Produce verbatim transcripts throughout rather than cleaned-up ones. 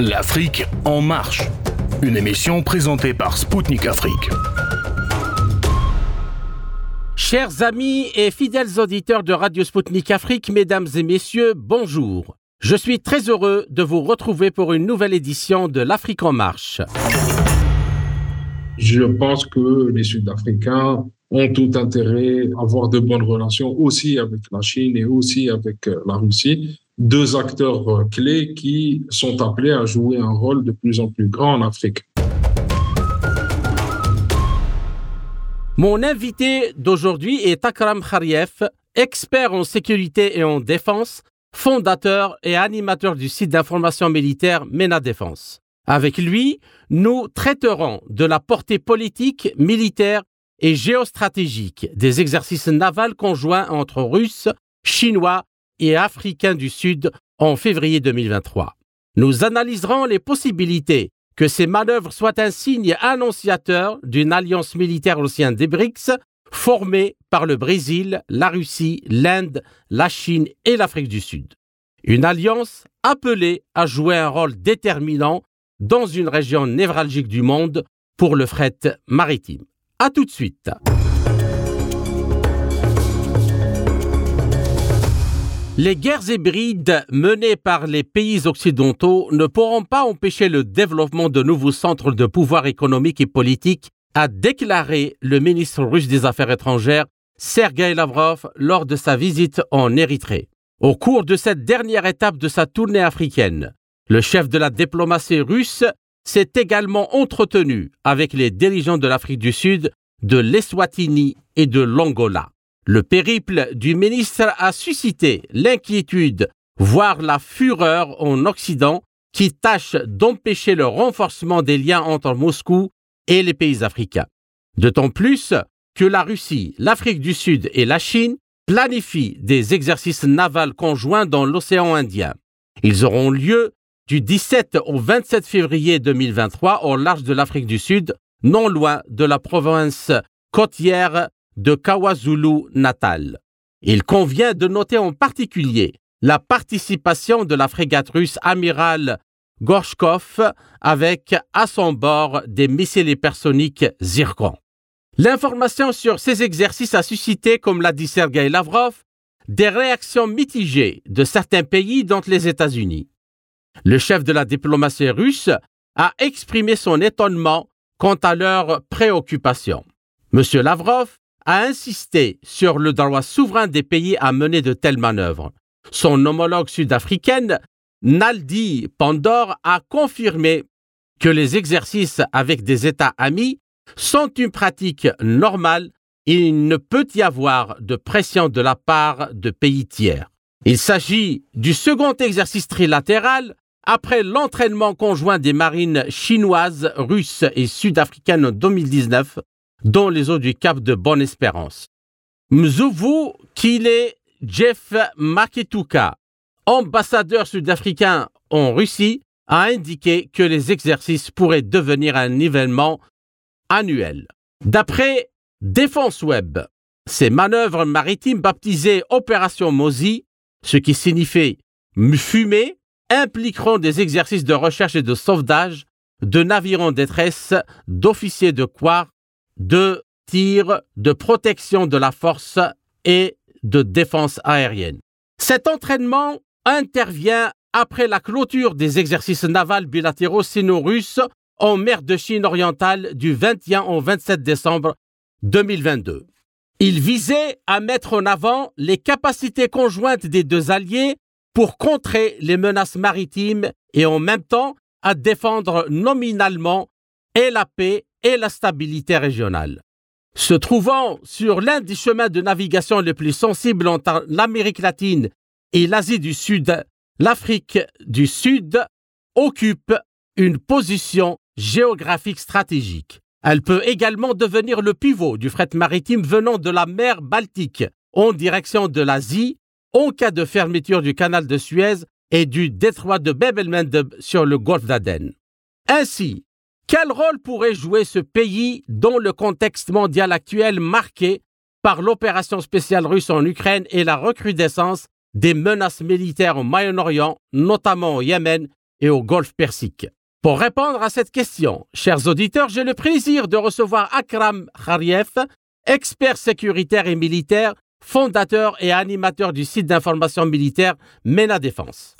L'Afrique en marche, une émission présentée par Spoutnik Afrique. Chers amis et fidèles auditeurs de Radio Spoutnik Afrique, mesdames et messieurs, bonjour. Je suis très heureux de vous retrouver pour une nouvelle édition de l'Afrique en marche. Je pense que les Sud-Africains ont tout intérêt à avoir de bonnes relations aussi avec la Chine et aussi avec la Russie, deux acteurs clés qui sont appelés à jouer un rôle de plus en plus grand en Afrique. Mon invité d'aujourd'hui est Akram Kharieff, expert en sécurité et en défense, fondateur et animateur du site d'information militaire MENA Défense. Avec lui, nous traiterons de la portée politique, militaire et géostratégique des exercices navals conjoints entre Russes, Chinois et Africains du Sud en février deux mille vingt-trois. Nous analyserons les possibilités que ces manœuvres soient un signe annonciateur d'une alliance militaire au sein des BRICS formée par le Brésil, la Russie, l'Inde, la Chine et l'Afrique du Sud. Une alliance appelée à jouer un rôle déterminant dans une région névralgique du monde pour le fret maritime. À tout de suite. Les guerres hybrides menées par les pays occidentaux ne pourront pas empêcher le développement de nouveaux centres de pouvoir économique et politique, a déclaré le ministre russe des Affaires étrangères, Sergueï Lavrov, lors de sa visite en Érythrée. Au cours de cette dernière étape de sa tournée africaine, le chef de la diplomatie russe s'est également entretenu avec les dirigeants de l'Afrique du Sud, de l'Eswatini et de l'Angola. Le périple du ministre a suscité l'inquiétude, voire la fureur en Occident, qui tâche d'empêcher le renforcement des liens entre Moscou et les pays africains. D'autant plus que la Russie, l'Afrique du Sud et la Chine planifient des exercices navals conjoints dans l'océan Indien. Ils auront lieu du dix-sept au vingt-sept février deux mille vingt-trois au large de l'Afrique du Sud, non loin de la province côtière de KwaZulu-Natal. Il convient de noter en particulier la participation de la frégate russe Amiral Gorchkov avec à son bord des missiles hypersoniques Zircon. L'information sur ces exercices a suscité, comme l'a dit Sergueï Lavrov, des réactions mitigées de certains pays, dont les États-Unis. Le chef de la diplomatie russe a exprimé son étonnement quant à leurs préoccupations. M. Lavrov a insisté sur le droit souverain des pays à mener de telles manœuvres. Son homologue sud-africaine, Naledi Pandor, a confirmé que les exercices avec des États amis sont une pratique normale et il ne peut y avoir de pression de la part de pays tiers. Il s'agit du second exercice trilatéral après l'entraînement conjoint des marines chinoises, russes et sud-africaines en deux mille dix-neuf dans les eaux du Cap de Bonne-Espérance. Mzouvu Kile Jeff Makituka, ambassadeur sud-africain en Russie, a indiqué que les exercices pourraient devenir un événement annuel. D'après Défense Web, ces manœuvres maritimes baptisées Opération Mosi, ce qui signifie fumée, impliqueront des exercices de recherche et de sauvetage de navires en détresse, d'officiers de quart, de tir, de protection de la force et de défense aérienne. Cet entraînement intervient après la clôture des exercices navals bilatéraux sino-russes en mer de Chine orientale du vingt et un au vingt-sept décembre deux mille vingt-deux. Il visait à mettre en avant les capacités conjointes des deux alliés pour contrer les menaces maritimes et en même temps à défendre nominalement et la paix et la stabilité régionale. Se trouvant sur l'un des chemins de navigation les plus sensibles entre l'Amérique latine et l'Asie du Sud, l'Afrique du Sud occupe une position géographique stratégique. Elle peut également devenir le pivot du fret maritime venant de la mer Baltique en direction de l'Asie en cas de fermeture du canal de Suez et du détroit de Bab el-Mandeb sur le golfe d'Aden. Ainsi, quel rôle pourrait jouer ce pays dans le contexte mondial actuel marqué par l'opération spéciale russe en Ukraine et la recrudescence des menaces militaires au Moyen-Orient, notamment au Yémen et au Golfe Persique. Pour répondre à cette question, chers auditeurs, j'ai le plaisir de recevoir Akram Kharieff, expert sécuritaire et militaire, fondateur et animateur du site d'information militaire MENA Défense.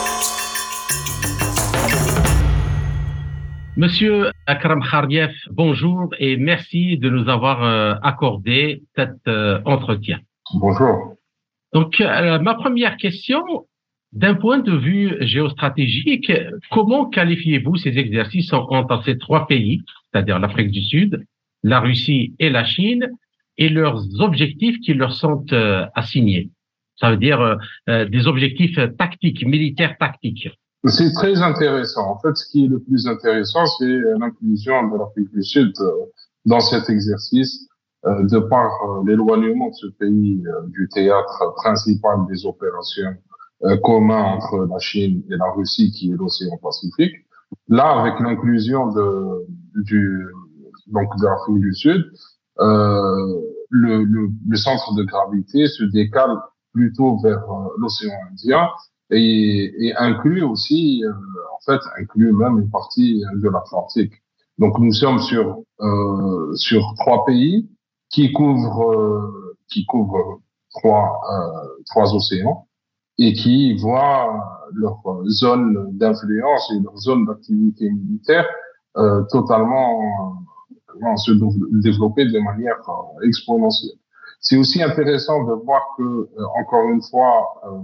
Monsieur Akram Kharieff, bonjour et merci de nous avoir euh, accordé cet euh, entretien. Bonjour. Donc, euh, ma première question, d'un point de vue géostratégique, comment qualifiez-vous ces exercices entre ces trois pays, c'est-à-dire l'Afrique du Sud, la Russie et la Chine, et leurs objectifs qui leur sont euh, assignés? Ça veut dire euh, euh, des objectifs tactiques, militaires tactiques. C'est très intéressant. En fait, ce qui est le plus intéressant, c'est l'inclusion de l'Afrique du Sud euh, dans cet exercice, euh, de par euh, l'éloignement de ce pays euh, du théâtre principal des opérations euh, communes entre la Chine et la Russie, qui est l'océan Pacifique. Là, avec l'inclusion de du donc de l'Afrique du Sud, euh, le, le, le centre de gravité se décale plutôt vers euh, l'océan Indien. Et, et inclut aussi, euh, en fait, inclut même une partie de l'Atlantique. Donc, nous sommes sur euh, sur trois pays qui couvrent euh, qui couvrent trois euh, trois océans et qui voient leur zone d'influence et leur zone d'activité militaire euh, totalement euh, se développer de manière euh, exponentielle. C'est aussi intéressant de voir que, euh, encore une fois, euh,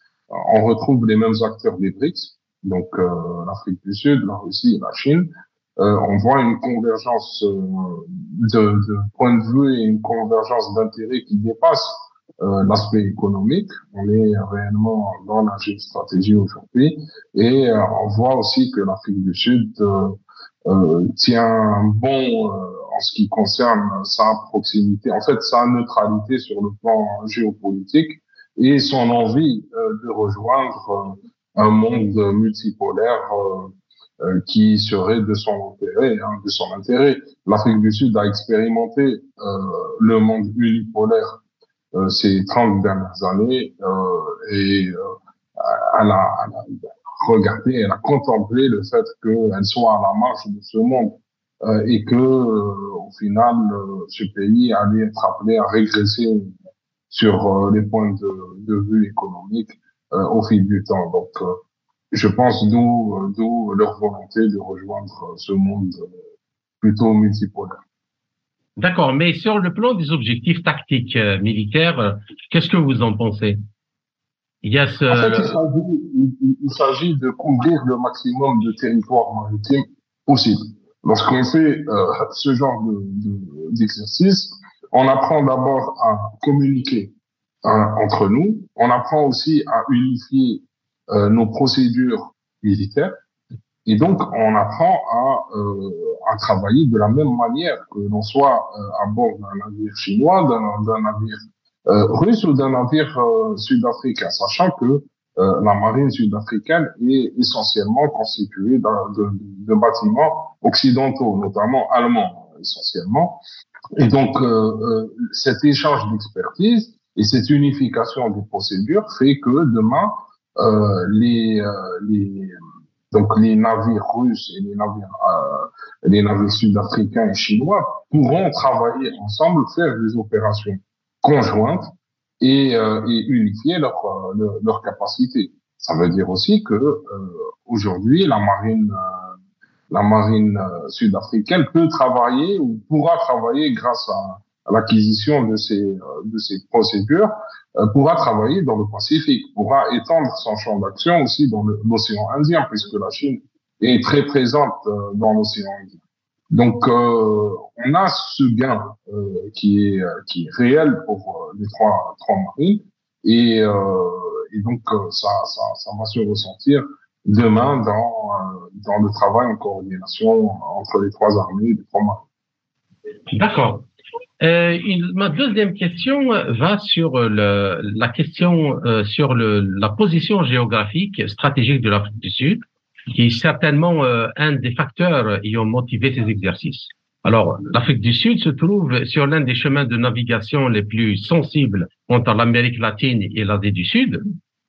on retrouve les mêmes acteurs des BRICS, donc euh, l'Afrique du Sud, la Russie et la Chine. Euh, on voit une convergence euh, de, de points de vue et une convergence d'intérêts qui dépasse euh, l'aspect économique. On est réellement dans la géostratégie aujourd'hui et euh, on voit aussi que l'Afrique du Sud euh, euh, tient bon euh, en ce qui concerne sa proximité, en fait sa neutralité sur le plan géopolitique, et son envie euh, de rejoindre euh, un monde multipolaire euh, euh, qui serait de son intérêt, hein, de son intérêt. L'Afrique du Sud a expérimenté euh, le monde unipolaire euh, ces trente dernières années euh, et euh, elle, a, elle a regardé, elle a contemplé le fait qu'elle soit à la marge de ce monde euh, et que euh, au final euh, ce pays allait être appelé à régresser sur euh, les points de, de vue économiques euh, au fil du temps. Donc, euh, je pense d'où euh, d'où leur volonté de rejoindre ce monde euh, plutôt multipolaire. D'accord, mais sur le plan des objectifs tactiques euh, militaires, euh, qu'est-ce que vous en pensez? Il y a ce... En fait, il s'agit, il, il s'agit de couvrir le maximum de territoire maritime possible. Lorsqu'on fait euh, ce genre de, de, d'exercice, on apprend d'abord à communiquer hein, entre nous. On apprend aussi à unifier euh, nos procédures militaires. Et donc, on apprend à, euh, à travailler de la même manière que l'on soit euh, à bord d'un navire chinois, d'un, d'un navire euh, russe ou d'un navire euh, sud-africain, sachant que euh, la marine sud-africaine est essentiellement constituée de, de, de bâtiments occidentaux, notamment allemands essentiellement. Et donc, euh, euh, cet échange d'expertise et cette unification des procédures fait que demain, euh, les, euh, les, donc les navires russes et les navires, euh, les navires sud-africains et chinois pourront travailler ensemble, faire des opérations conjointes et, euh, et unifier leur, leur, leur capacité. Ça veut dire aussi que euh, aujourd'hui, la marine euh, la marine euh, sud-africaine peut travailler ou pourra travailler grâce à, à l'acquisition de ces euh, de ces procédures, euh, pourra travailler dans le Pacifique, pourra étendre son champ d'action aussi dans le, l'océan Indien, puisque la Chine est très présente euh, dans l'océan Indien. Donc, euh, on a ce gain euh, qui est qui est réel pour euh, les trois trois marines, et, euh, et donc euh, ça ça ça va se ressentir demain dans euh, dans le travail en coordination entre les trois armées et les trois marines. D'accord. Euh, une, ma deuxième question va sur le, la question euh, sur le, la position géographique stratégique de l'Afrique du Sud, qui est certainement euh, un des facteurs ayant motivé ces exercices. Alors, l'Afrique du Sud se trouve sur l'un des chemins de navigation les plus sensibles entre l'Amérique latine et l'Asie du Sud.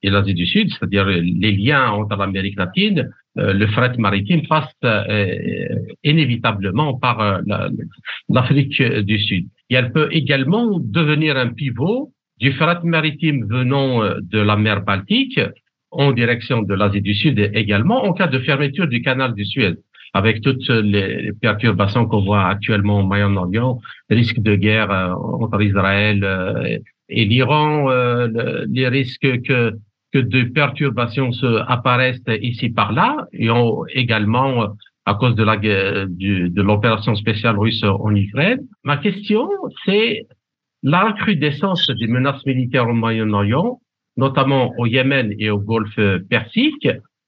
et l'Asie du Sud, c'est-à-dire les liens entre l'Amérique latine, euh, le fret maritime passe euh, inévitablement par euh, la, l'Afrique du Sud. Et elle peut également devenir un pivot du fret maritime venant de la mer Baltique en direction de l'Asie du Sud également, en cas de fermeture du canal du Suez, avec toutes les perturbations qu'on voit actuellement au Moyen-Orient, risque de guerre euh, entre Israël euh, et l'Iran, euh, le, les risques que, que de perturbations se apparaissent ici par là, et on, également euh, à cause de la du, de l'opération spéciale russe en Ukraine. Ma question, c'est la recrudescence des menaces militaires au Moyen-Orient, notamment au Yémen et au Golfe Persique,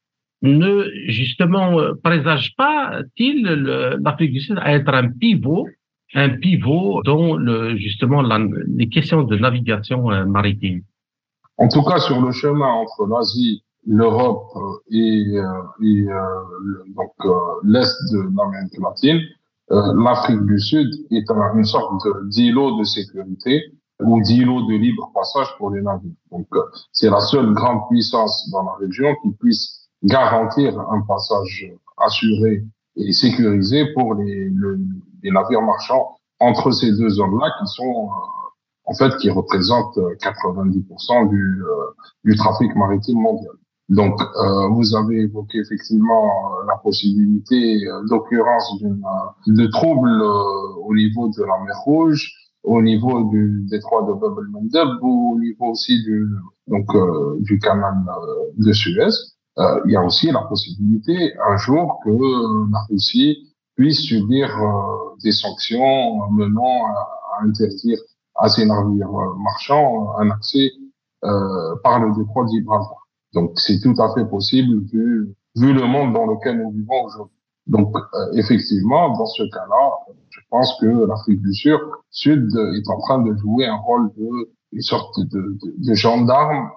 ne justement présage pas-t-il l'Afrique du Sud à être un pivot, un pivot dans le, justement la, les questions de navigation maritime? En tout cas, sur le chemin entre l'Asie, l'Europe et, et euh, donc euh, l'est de l'Amérique latine, euh, l'Afrique du Sud est un, une sorte d'îlot de sécurité ou d'îlot de libre passage pour les navires. Donc, euh, c'est la seule grande puissance dans la région qui puisse garantir un passage assuré et sécurisé pour les, le, les navires marchands entre ces deux zones-là qui sont, euh, en fait, qui représentent quatre-vingt-dix pour cent du, euh, du trafic maritime mondial. Donc, euh, vous avez évoqué effectivement la possibilité euh, d'occurrence d'une, de troubles euh, au niveau de la mer Rouge, au niveau du détroit de Bab el-Mandeb ou au niveau aussi du, donc, euh, du canal euh, de Suez. Euh, il y a aussi la possibilité un jour que euh, la Russie puisse subir euh, des sanctions menant à, à interdire à ces navires euh, marchands un accès euh, par le détroit de Gibraltar. Donc c'est tout à fait possible vu, vu le monde dans lequel nous vivons aujourd'hui. Donc euh, effectivement, dans ce cas-là, je pense que l'Afrique du Sud, Sud est en train de jouer un rôle de une sorte de, de, de gendarme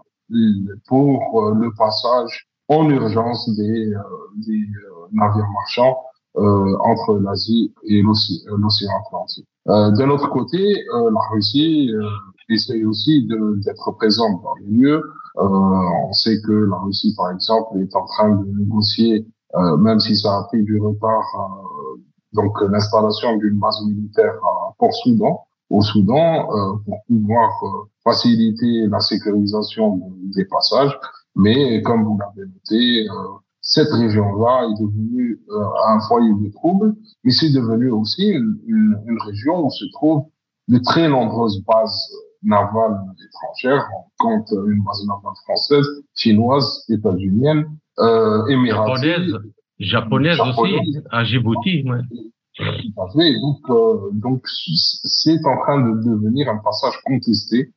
pour euh, le passage en urgence des, euh, des euh, navires marchands euh, entre l'Asie et l'océan Atlantique. Euh, de l'autre côté, euh, la Russie euh, essaye aussi de, d'être présente dans les lieux. Euh, on sait que la Russie, par exemple, est en train de négocier, euh, même si ça a pris du retard, euh, donc l'installation d'une base militaire à Port-Soudan, au Soudan, euh, pour pouvoir euh, faciliter la sécurisation des passages. Mais comme vous l'avez noté, euh, cette région-là est devenue euh, un foyer de troubles, mais c'est devenu aussi une, une, une région où se trouvent de très nombreuses bases navales étrangères. On compte une base navale française, chinoise, états-unienne, euh, émiratie, japonaise, japonaise, japonaise aussi, à Djibouti. Ouais. Tout à fait. Donc, euh, donc c'est en train de devenir un passage contesté.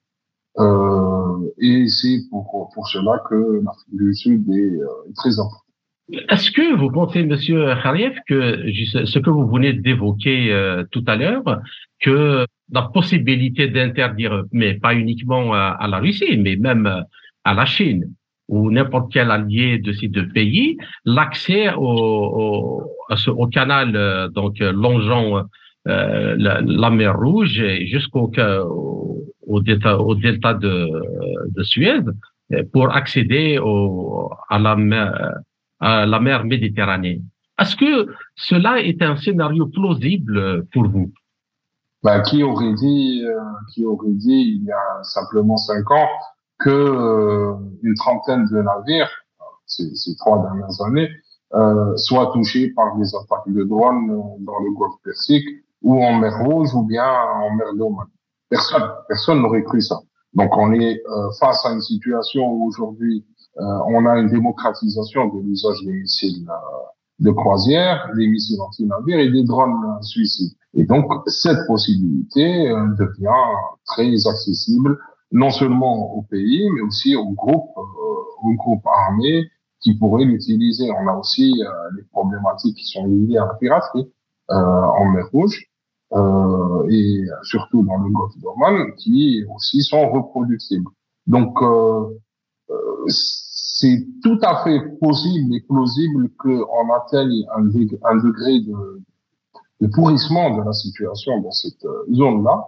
Euh, et c'est pour, pour cela que l'Afrique du Sud est, euh, est très importante. Est-ce que vous pensez, Monsieur Khalif, que ce que vous venez d'évoquer euh, tout à l'heure, que la possibilité d'interdire, mais pas uniquement à, à la Russie, mais même à la Chine ou n'importe quel allié de ces deux pays, l'accès au, au, au canal, euh, donc longeant euh, la, la mer Rouge jusqu'au au, au delta, au delta de, de Suez pour accéder au, à la mer, à la mer Méditerranée. Est-ce que cela est un scénario plausible pour vous? Ben, qui aurait dit, euh, qui aurait dit il y a simplement cinq ans que euh, une trentaine de navires, ces, ces trois dernières années, euh, soient touchés par des attaques de drones dans le Golfe Persique ou en mer Rouge ou bien en mer d'Oman. Personne, personne n'aurait cru ça. Donc on est euh, face à une situation où aujourd'hui euh, on a une démocratisation de l'usage des missiles euh, de croisière, des missiles anti-navires et des drones euh, suicides. Et donc cette possibilité euh, devient très accessible non seulement au pays mais aussi aux groupes, euh, aux groupes armés qui pourraient l'utiliser. On a aussi euh, les problématiques qui sont liées à la piraterie euh, en mer Rouge. Euh, et surtout dans le Golfe d'Oman, qui aussi sont reproductibles. Donc, euh, euh, c'est tout à fait possible et plausible qu'on atteigne un, un degré de, de pourrissement de la situation dans cette zone-là,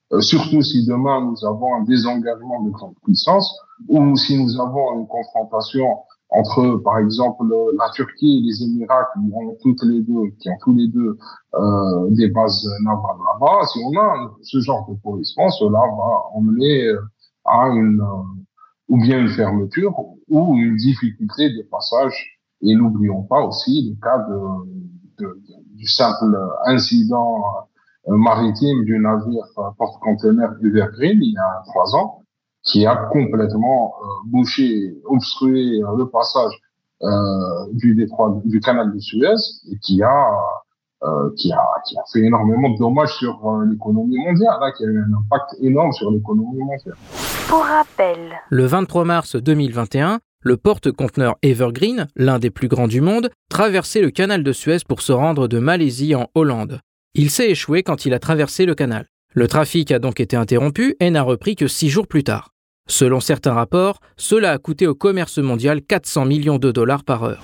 euh, surtout si demain nous avons un désengagement de grandes puissances, ou si nous avons une confrontation entre, par exemple, la Turquie et les Émirats qui ont toutes les deux, qui ont tous les deux euh, des bases navales là-bas. Si on a ce genre de pourrissement, cela va emmener à une ou bien une fermeture ou une difficulté de passage. Et n'oublions pas aussi le cas de, de, de du simple incident maritime du navire porte-conteneur Evergreen il y a trois ans, qui a complètement euh, bouché, obstrué euh, le passage euh, du détroit, du canal de Suez, et qui a, euh, qui a, qui a fait énormément de dommages sur euh, l'économie mondiale, là, qui a eu un impact énorme sur l'économie mondiale. Pour rappel, le vingt-trois mars deux mille vingt et un, le porte-conteneur Evergreen, l'un des plus grands du monde, traversait le canal de Suez pour se rendre de Malaisie en Hollande. Il s'est échoué quand il a traversé le canal. Le trafic a donc été interrompu et n'a repris que six jours plus tard. Selon certains rapports, cela a coûté au commerce mondial quatre cents millions de dollars par heure.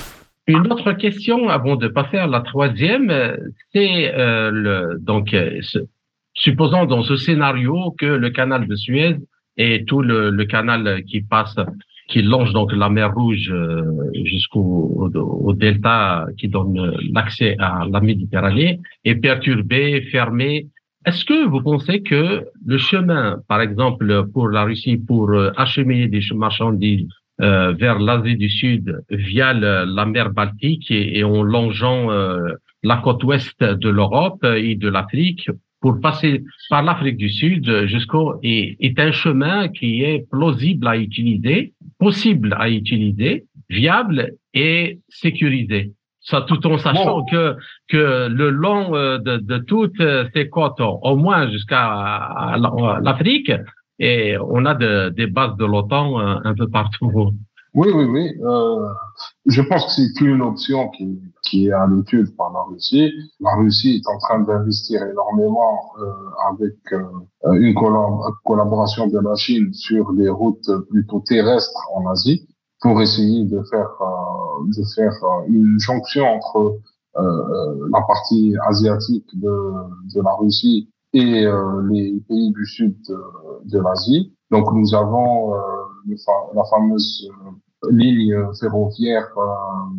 Une autre question, avant de passer à la troisième, c'est euh, le, donc, euh, ce, supposons dans ce scénario que le canal de Suez et tout le, le canal qui passe, qui longe donc la mer Rouge euh, jusqu'au au, au delta qui donne l'accès à la Méditerranée est perturbé, fermé. Est-ce que vous pensez que le chemin, par exemple, pour la Russie, pour acheminer des marchandises euh, vers l'Asie du Sud via le, la mer Baltique et, et en longeant euh, la côte ouest de l'Europe et de l'Afrique pour passer par l'Afrique du Sud jusqu'au est, est un chemin qui est plausible à utiliser, possible à utiliser, viable et sécurisé? Ça, tout en sachant bon. que que le long de, de toutes ces côtes, au moins jusqu'à l'Afrique, et on a de, des bases de l'OTAN un peu partout. Oui, oui, oui. Euh, je pense que c'est une option qui, qui est à l'étude par la Russie. La Russie est en train d'investir énormément euh, avec euh, une collab- collaboration de la Chine sur des routes plutôt terrestres en Asie, pour essayer de faire euh, de faire euh, une jonction entre euh, la partie asiatique de de la Russie et euh, les pays du sud de, de l'Asie. Donc nous avons euh, le fa- la fameuse euh, ligne ferroviaire euh,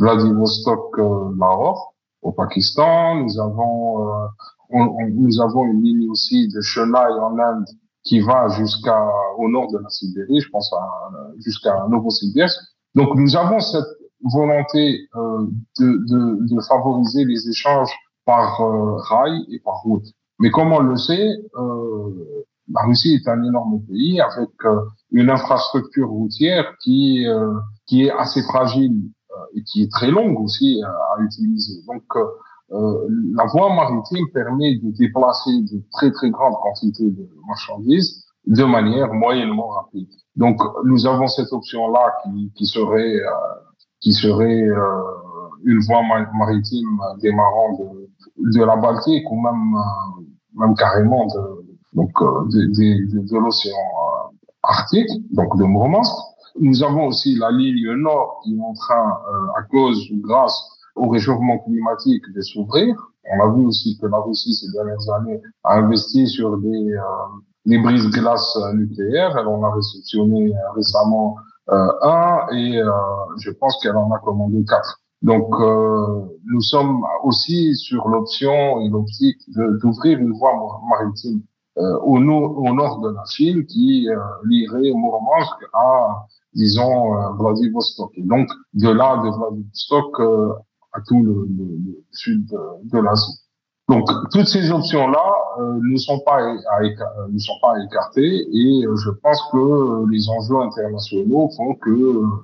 Vladivostok-Lahore au Pakistan. Nous avons euh, on, on, nous avons une ligne aussi de Chennai en Inde qui va jusqu'à au nord de la Sibérie, je pense à jusqu'à Novosibirsk. Donc nous avons cette volonté euh, de, de, de favoriser les échanges par euh, rail et par route. Mais comme on le sait, euh, la Russie est un énorme pays avec euh, une infrastructure routière qui euh, qui est assez fragile euh, et qui est très longue aussi à, à utiliser. Donc euh, Euh, la voie maritime permet de déplacer de très très grandes quantités de marchandises de manière moyennement rapide. Donc nous avons cette option-là qui, qui serait euh, qui serait euh, une voie ma- maritime démarrant de, de la Baltique ou même euh, même carrément de donc euh, de, de, de, de l'océan euh, Arctique, donc de Mourmansk. Nous avons aussi la ligne nord qui est en train, euh, à cause ou grâce au réchauffement climatique, de s'ouvrir. On a vu aussi que la Russie, ces dernières années, a investi sur des, euh, des brise-glaces nucléaires. Elle en a réceptionné euh, récemment euh, un et euh, je pense qu'elle en a commandé quatre. Donc, euh, nous sommes aussi sur l'option et l'optique de, d'ouvrir une voie maritime euh, au, no- au nord de la Chine qui euh, lierait Mourmansk à, disons, euh, Vladivostok. Et donc, de là, de Vladivostok, euh, à tout le, le, le sud de, de l'Asie. Donc, toutes ces options-là euh, ne sont pas à, à, ne sont pas écartées et euh, je pense que les enjeux internationaux font que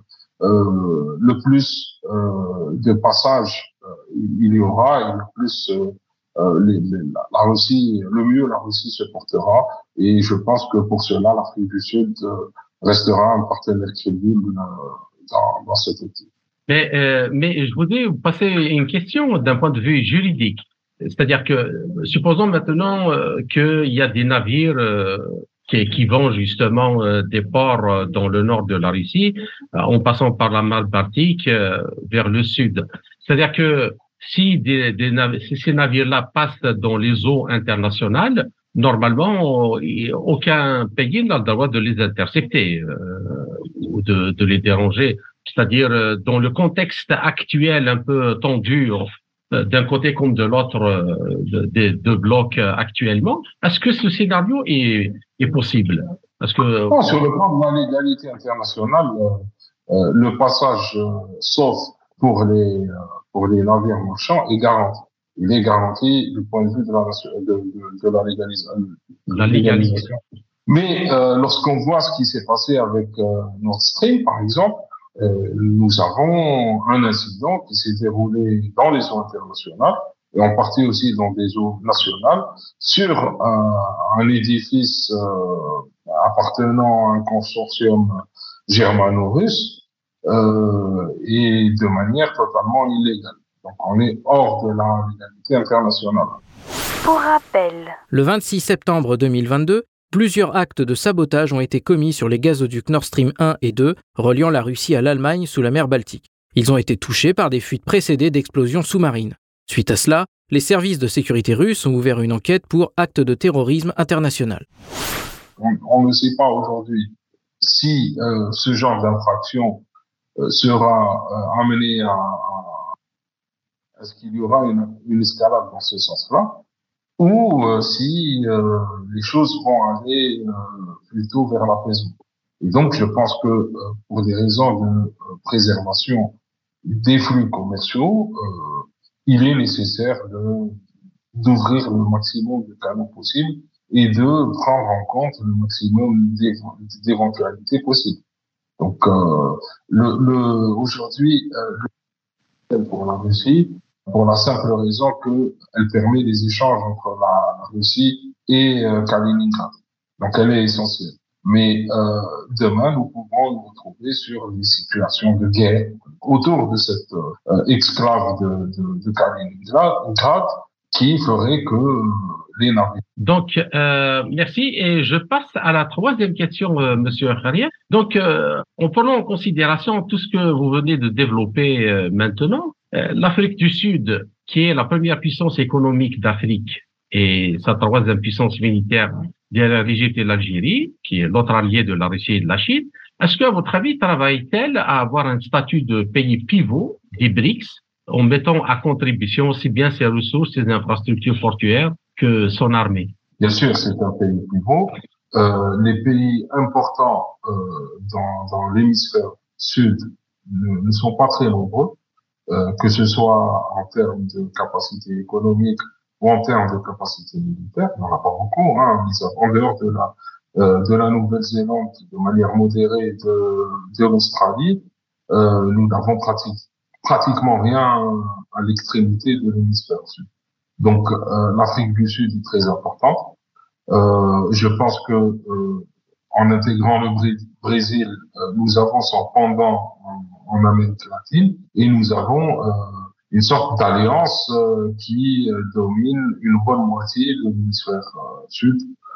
euh, le plus euh, de passages euh, il y aura et le plus euh, les, les, la Russie, le mieux la Russie se portera et je pense que pour cela l'Afrique du Sud euh, restera un partenaire crédible euh, dans, dans cette étude. Mais, euh, mais je voudrais vous passer une question d'un point de vue juridique. C'est-à-dire que, supposons maintenant euh, qu'il y a des navires euh, qui, qui vont justement euh, des ports euh, dans le nord de la Russie, euh, en passant par la mer Baltique euh, vers le sud. C'est-à-dire que si, des, des nav- si ces navires-là passent dans les eaux internationales, normalement, aucun pays n'a le droit de les intercepter euh, ou de, de les déranger. C'est-à-dire, dans le contexte actuel un peu tendu, d'un côté comme de l'autre, des deux blocs actuellement, est-ce que ce scénario est, est possible? Parce que non, sur le plan de la légalité internationale, euh, euh, le passage euh, sauf pour les euh, pour les navires marchands est garanti. Il est garanti du point de vue de la de, de, de la, légalisa la légalisation. Mais euh, lorsqu'on voit ce qui s'est passé avec euh, Nord Stream, par exemple, euh, nous avons un incident qui s'est déroulé dans les eaux internationales et en partie aussi dans des eaux nationales sur un, un édifice euh, appartenant à un consortium germano-russe euh, et de manière totalement illégale. Donc on est hors de la légalité internationale. Pour rappel, le vingt-six septembre deux mille vingt-deux, plusieurs actes de sabotage ont été commis sur les gazoducs Nord Stream un et deux, reliant la Russie à l'Allemagne sous la mer Baltique. Ils ont été touchés par des fuites précédées d'explosions sous-marines. Suite à cela, les services de sécurité russes ont ouvert une enquête pour actes de terrorisme international. On, on ne sait pas aujourd'hui si euh, ce genre d'infraction euh, sera euh, amené à, à... Est-ce qu'il y aura une, une escalade dans ce sens-là, ou euh, si euh, les choses vont aller euh, plutôt vers l'apaisement. Et donc, je pense que euh, pour des raisons de euh, préservation des flux commerciaux, euh, il est nécessaire de d'ouvrir le maximum de canaux possibles et de prendre en compte le maximum d'éventualités possibles. Donc, euh, le, le aujourd'hui, euh, le pour la Russie, pour la simple raison qu'elle permet des échanges entre la, la Russie et euh, Kaliningrad. Donc, elle est essentielle. Mais euh, demain, nous pouvons nous retrouver sur des situations de guerre autour de cette euh, exclave de, de, de Kaliningrad qui ferait que euh, les navires. Donc, euh, merci. Et je passe à la troisième question, euh, Monsieur Kharia. Donc, euh, en prenant en considération tout ce que vous venez de développer euh, maintenant, euh, l'Afrique du Sud, qui est la première puissance économique d'Afrique et sa troisième puissance militaire derrière l'Égypte et l'Algérie, qui est l'autre allié de la Russie et de la Chine, est-ce que, à votre avis, travaille-t-elle à avoir un statut de pays pivot des BRICS en mettant à contribution aussi bien ses ressources, ses infrastructures portuaires que son armée? Bien sûr, c'est un pays pivot. Euh, les pays importants euh, dans, dans l'hémisphère sud ne, ne sont pas très nombreux, euh, que ce soit en termes de capacité économique ou en termes de capacité militaire. Il n'y en a pas beaucoup, hein, en dehors de la euh, de la Nouvelle-Zélande de manière modérée, de, de l'Australie, euh, nous n'avons pratique, pratiquement rien à l'extrémité de l'hémisphère sud. Donc, euh, l'Afrique du Sud est très importante. Euh, je pense que euh, en intégrant le Brésil, euh, nous avons son pendant en, en Amérique latine et nous avons euh, une sorte d'alliance euh, qui euh, domine une bonne moitié de l'hémisphère euh, sud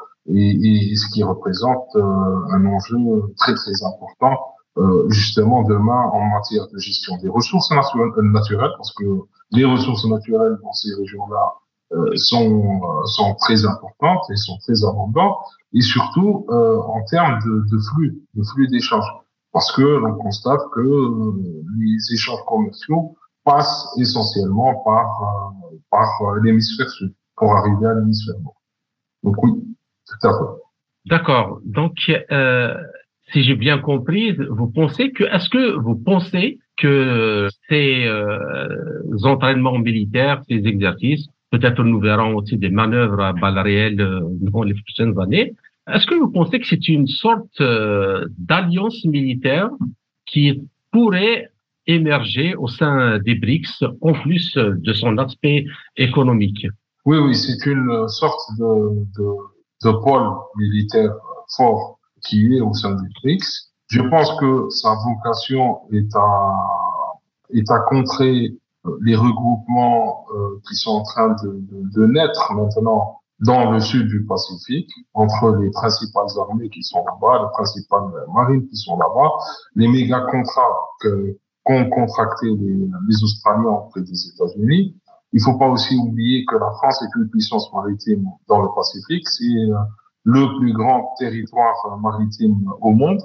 et, et ce qui représente euh, un enjeu très très important euh, justement demain en matière de gestion des ressources naturelles, parce que les ressources naturelles dans ces régions-là euh, sont sont très importantes et sont très abondantes, et surtout euh, en termes de, de flux, de flux d'échanges, parce que l'on constate que euh, les échanges commerciaux passent essentiellement par euh, par l'hémisphère sud pour arriver à l'hémisphère nord. Donc oui, tout à fait. D'accord. Donc euh, si j'ai bien compris, vous pensez que est-ce que vous pensez que ces euh, entraînements militaires, ces exercices, peut-être nous verrons aussi des manœuvres à balles réelles euh, dans les prochaines années, est-ce que vous pensez que c'est une sorte euh, d'alliance militaire qui pourrait émerger au sein des BRICS, en plus de son aspect économique? Oui, oui, c'est une sorte de, de, de pôle militaire fort qui est au sein des BRICS. Je pense que sa vocation est à, est à contrer les regroupements euh, qui sont en train de, de, de naître maintenant dans le sud du Pacifique, entre les principales armées qui sont là-bas, les principales marines qui sont là-bas, les méga contrats que qu'ont contracté les, les Australiens auprès des États-Unis, il faut pas aussi oublier que la France est une puissance maritime dans le Pacifique. C'est euh, le plus grand territoire maritime au monde.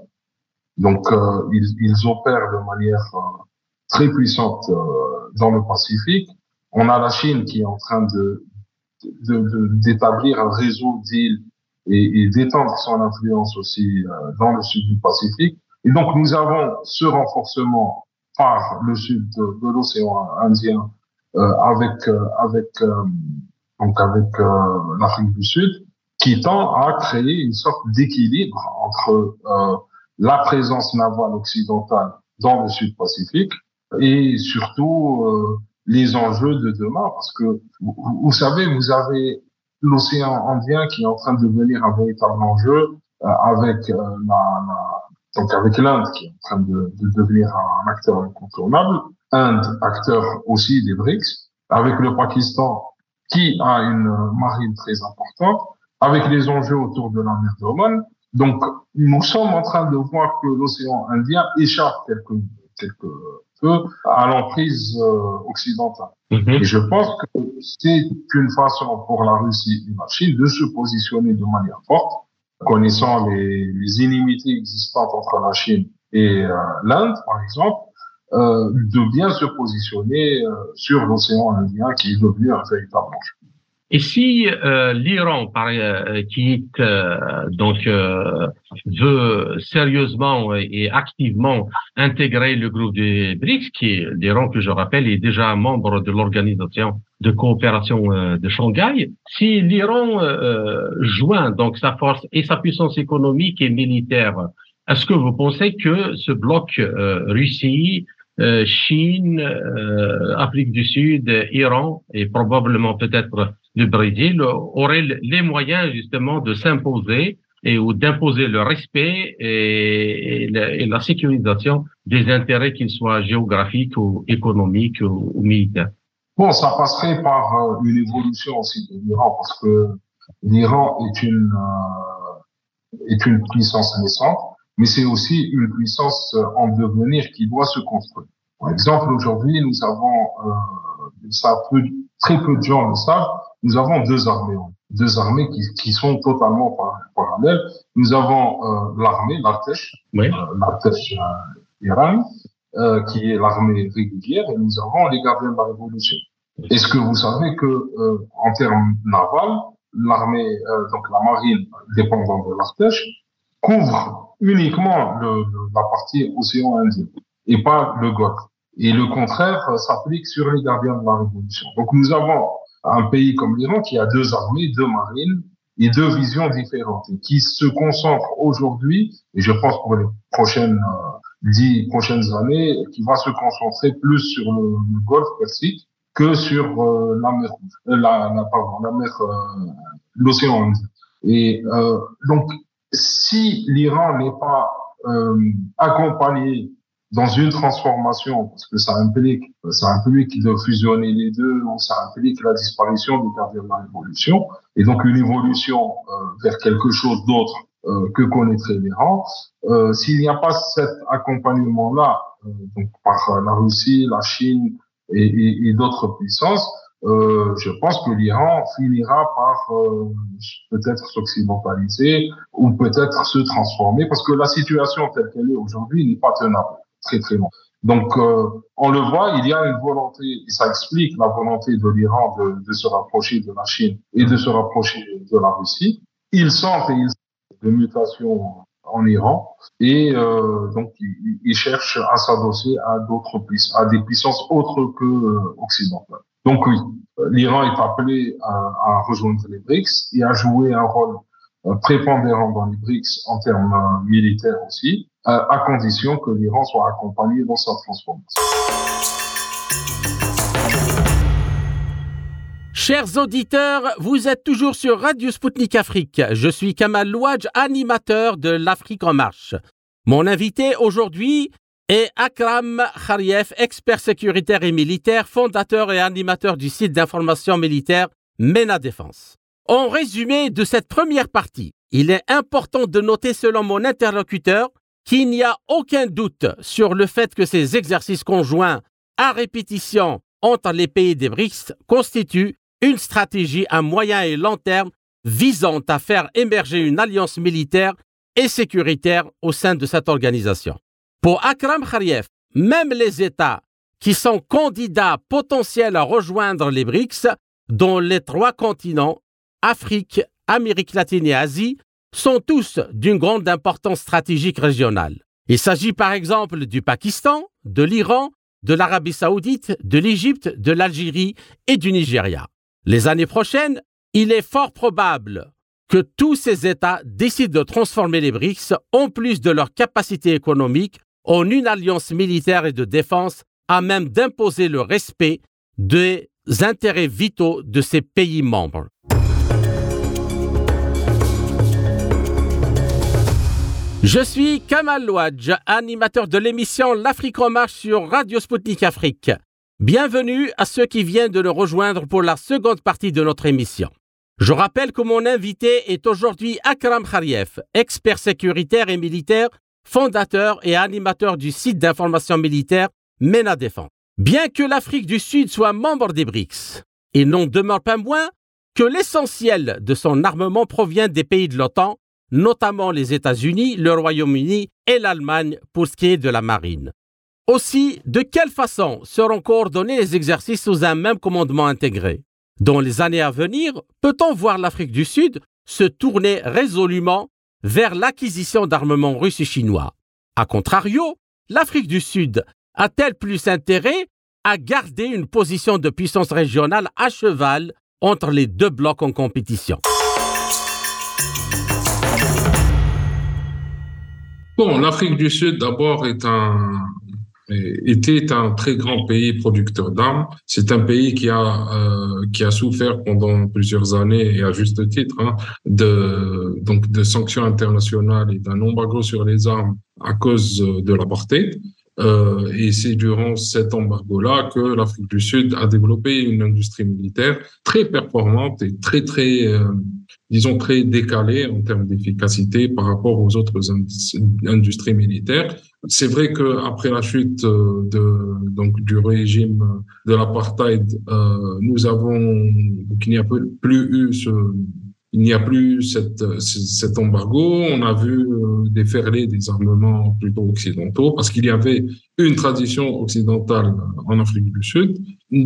Donc, euh, ils, ils opèrent de manière euh, très puissante euh, dans le Pacifique. On a la Chine qui est en train de, de, de d'établir un réseau d'îles et, et d'étendre son influence aussi euh, dans le sud du Pacifique. Et donc, nous avons ce renforcement par le sud de, de l'océan Indien euh, avec euh, avec euh, donc avec euh, l'Afrique du Sud, qui tend à créer une sorte d'équilibre entre euh, la présence navale occidentale dans le Sud-Pacifique et surtout euh, les enjeux de demain, parce que vous, vous savez, vous avez l'océan Indien qui est en train de devenir un véritable enjeu euh, avec euh, la, la donc avec l'Inde qui est en train de, de devenir un acteur incontournable, Inde acteur aussi des BRICS, avec le Pakistan qui a une marine très importante, avec les enjeux autour de la mer d'Oman. Donc, nous sommes en train de voir que l'océan Indien échappe quelque, quelque peu à l'emprise euh, occidentale. Mm-hmm. Et je pense que c'est une façon pour la Russie et la Chine de se positionner de manière forte, connaissant les, les inimitiés existantes entre la Chine et euh, l'Inde, par exemple, euh, de bien se positionner euh, sur l'océan Indien qui est devenu un véritable enjeu. Et si euh, l'Iran, par, euh, qui est, euh, donc euh, veut sérieusement et activement intégrer le groupe des BRICS, qui est l'Iran, que je rappelle, est déjà membre de l'organisation de coopération euh, de Shanghai, si l'Iran euh, joint donc sa force et sa puissance économique et militaire, est-ce que vous pensez que ce bloc euh, Russie, euh, Chine, euh, Afrique du Sud, Iran et probablement peut-être le Brésil aurait les moyens justement de s'imposer et ou d'imposer le respect et, et, la, et la sécurisation des intérêts, qu'ils soient géographiques ou économiques ou, ou militaires? Bon, ça passerait par euh, une évolution aussi de l'Iran, parce que l'Iran est une euh, est une puissance naissante, mais c'est aussi une puissance en devenir qui doit se construire. Par exemple, aujourd'hui, nous avons, euh, ça peu, très peu de gens le savent, nous avons deux armées, deux armées qui, qui sont totalement par, parallèles. Nous avons euh, l'armée, l'Artesh, oui. euh, l'Artesh euh, Iran, euh, qui est l'armée régulière, et nous avons les gardiens de la révolution. Est-ce que vous savez que euh, en termes navals, l'armée, euh, donc la marine dépendante de l'Artesh, couvre uniquement le, le, la partie océan Indien et pas le Golfe. Et le contraire euh, s'applique sur les gardiens de la révolution. Donc nous avons un pays comme l'Iran qui a deux armées, deux marines et deux visions différentes et qui se concentrent aujourd'hui, et je pense pour les prochaines euh, dix prochaines années, qui va se concentrer plus sur le, le Golfe Persique que sur euh, la mer Rouge, euh, la, la, pardon, la mer, euh, l'océan Indien. Et euh, donc, si l'Iran n'est pas euh, accompagné dans une transformation, parce que ça implique, ça implique de fusionner les deux, ou ça implique la disparition des gardiens de la révolution, et donc une évolution euh, vers quelque chose d'autre euh, que connaîtrait l'Iran. Euh, s'il n'y a pas cet accompagnement-là, euh, donc par la Russie, la Chine et, et, et d'autres puissances, euh, je pense que l'Iran finira par euh, peut-être s'occidentaliser ou peut-être se transformer, parce que la situation telle qu'elle est aujourd'hui n'est pas tenable. Très très long. Donc euh, on le voit, il y a une volonté, et ça explique la volonté de l'Iran de, de se rapprocher de la Chine et de se rapprocher de la Russie. Ils sentent et ils sentent des mutations en Iran et euh, donc ils, ils cherchent à s'adosser à d'autres puissances, à des puissances autres que euh, occidentales. Donc oui, l'Iran est appelé à, à rejoindre les BRICS et à jouer un rôle euh, prépondérant dans les BRICS en termes euh, militaires aussi, à condition que l'Iran soit accompagné dans sa transformation. Chers auditeurs, vous êtes toujours sur Radio Sputnik Afrique. Je suis Kamal Louadj, animateur de l'Afrique en marche. Mon invité aujourd'hui est Akram Khariev, expert sécuritaire et militaire, fondateur et animateur du site d'information militaire MENA Défense. En résumé de cette première partie, il est important de noter, selon mon interlocuteur, qu'il n'y a aucun doute sur le fait que ces exercices conjoints à répétition entre les pays des BRICS constitue une stratégie à moyen et long terme visant à faire émerger une alliance militaire et sécuritaire au sein de cette organisation. Pour Akram Khariev, même les États qui sont candidats potentiels à rejoindre les BRICS, dont les trois continents, Afrique, Amérique latine et Asie, sont tous d'une grande importance stratégique régionale. Il s'agit par exemple du Pakistan, de l'Iran, de l'Arabie saoudite, de l'Égypte, de l'Algérie et du Nigeria. Les années prochaines, il est fort probable que tous ces États décident de transformer les BRICS, en plus de leur capacité économique, en une alliance militaire et de défense à même d'imposer le respect des intérêts vitaux de ces pays membres. Je suis Kamal Louadj, animateur de l'émission L'Afrique en marche sur Radio Sputnik Afrique. Bienvenue à ceux qui viennent de nous rejoindre pour la seconde partie de notre émission. Je rappelle que mon invité est aujourd'hui Akram Khariev, expert sécuritaire et militaire, fondateur et animateur du site d'information militaire MENA Défense. Bien que l'Afrique du Sud soit membre des BRICS, il n'en demeure pas moins que l'essentiel de son armement provient des pays de l'OTAN, notamment les États-Unis, le Royaume-Uni et l'Allemagne pour ce qui est de la marine. Aussi, de quelle façon seront coordonnés les exercices sous un même commandement intégré? Dans les années à venir, peut-on voir l'Afrique du Sud se tourner résolument vers l'acquisition d'armements russes et chinois? A contrario, l'Afrique du Sud a-t-elle plus intérêt à garder une position de puissance régionale à cheval entre les deux blocs en compétition? Bon, l'Afrique du Sud, d'abord, est un, était un très grand pays producteur d'armes. C'est un pays qui a, euh, qui a souffert pendant plusieurs années, et à juste titre, hein, de, donc, de sanctions internationales et d'un embargo sur les armes à cause de l'apartheid. Euh, et c'est durant cet embargo-là que l'Afrique du Sud a développé une industrie militaire très performante et très, très, euh, disons, très décalée en termes d'efficacité par rapport aux autres industries militaires. C'est vrai qu'après la chute de, donc, du régime de l'apartheid, euh, nous avons, donc, il n'y a plus eu ce, il n'y a plus cette, cet embargo. On a vu déferler des armements plutôt occidentaux parce qu'il y avait une tradition occidentale en Afrique du Sud.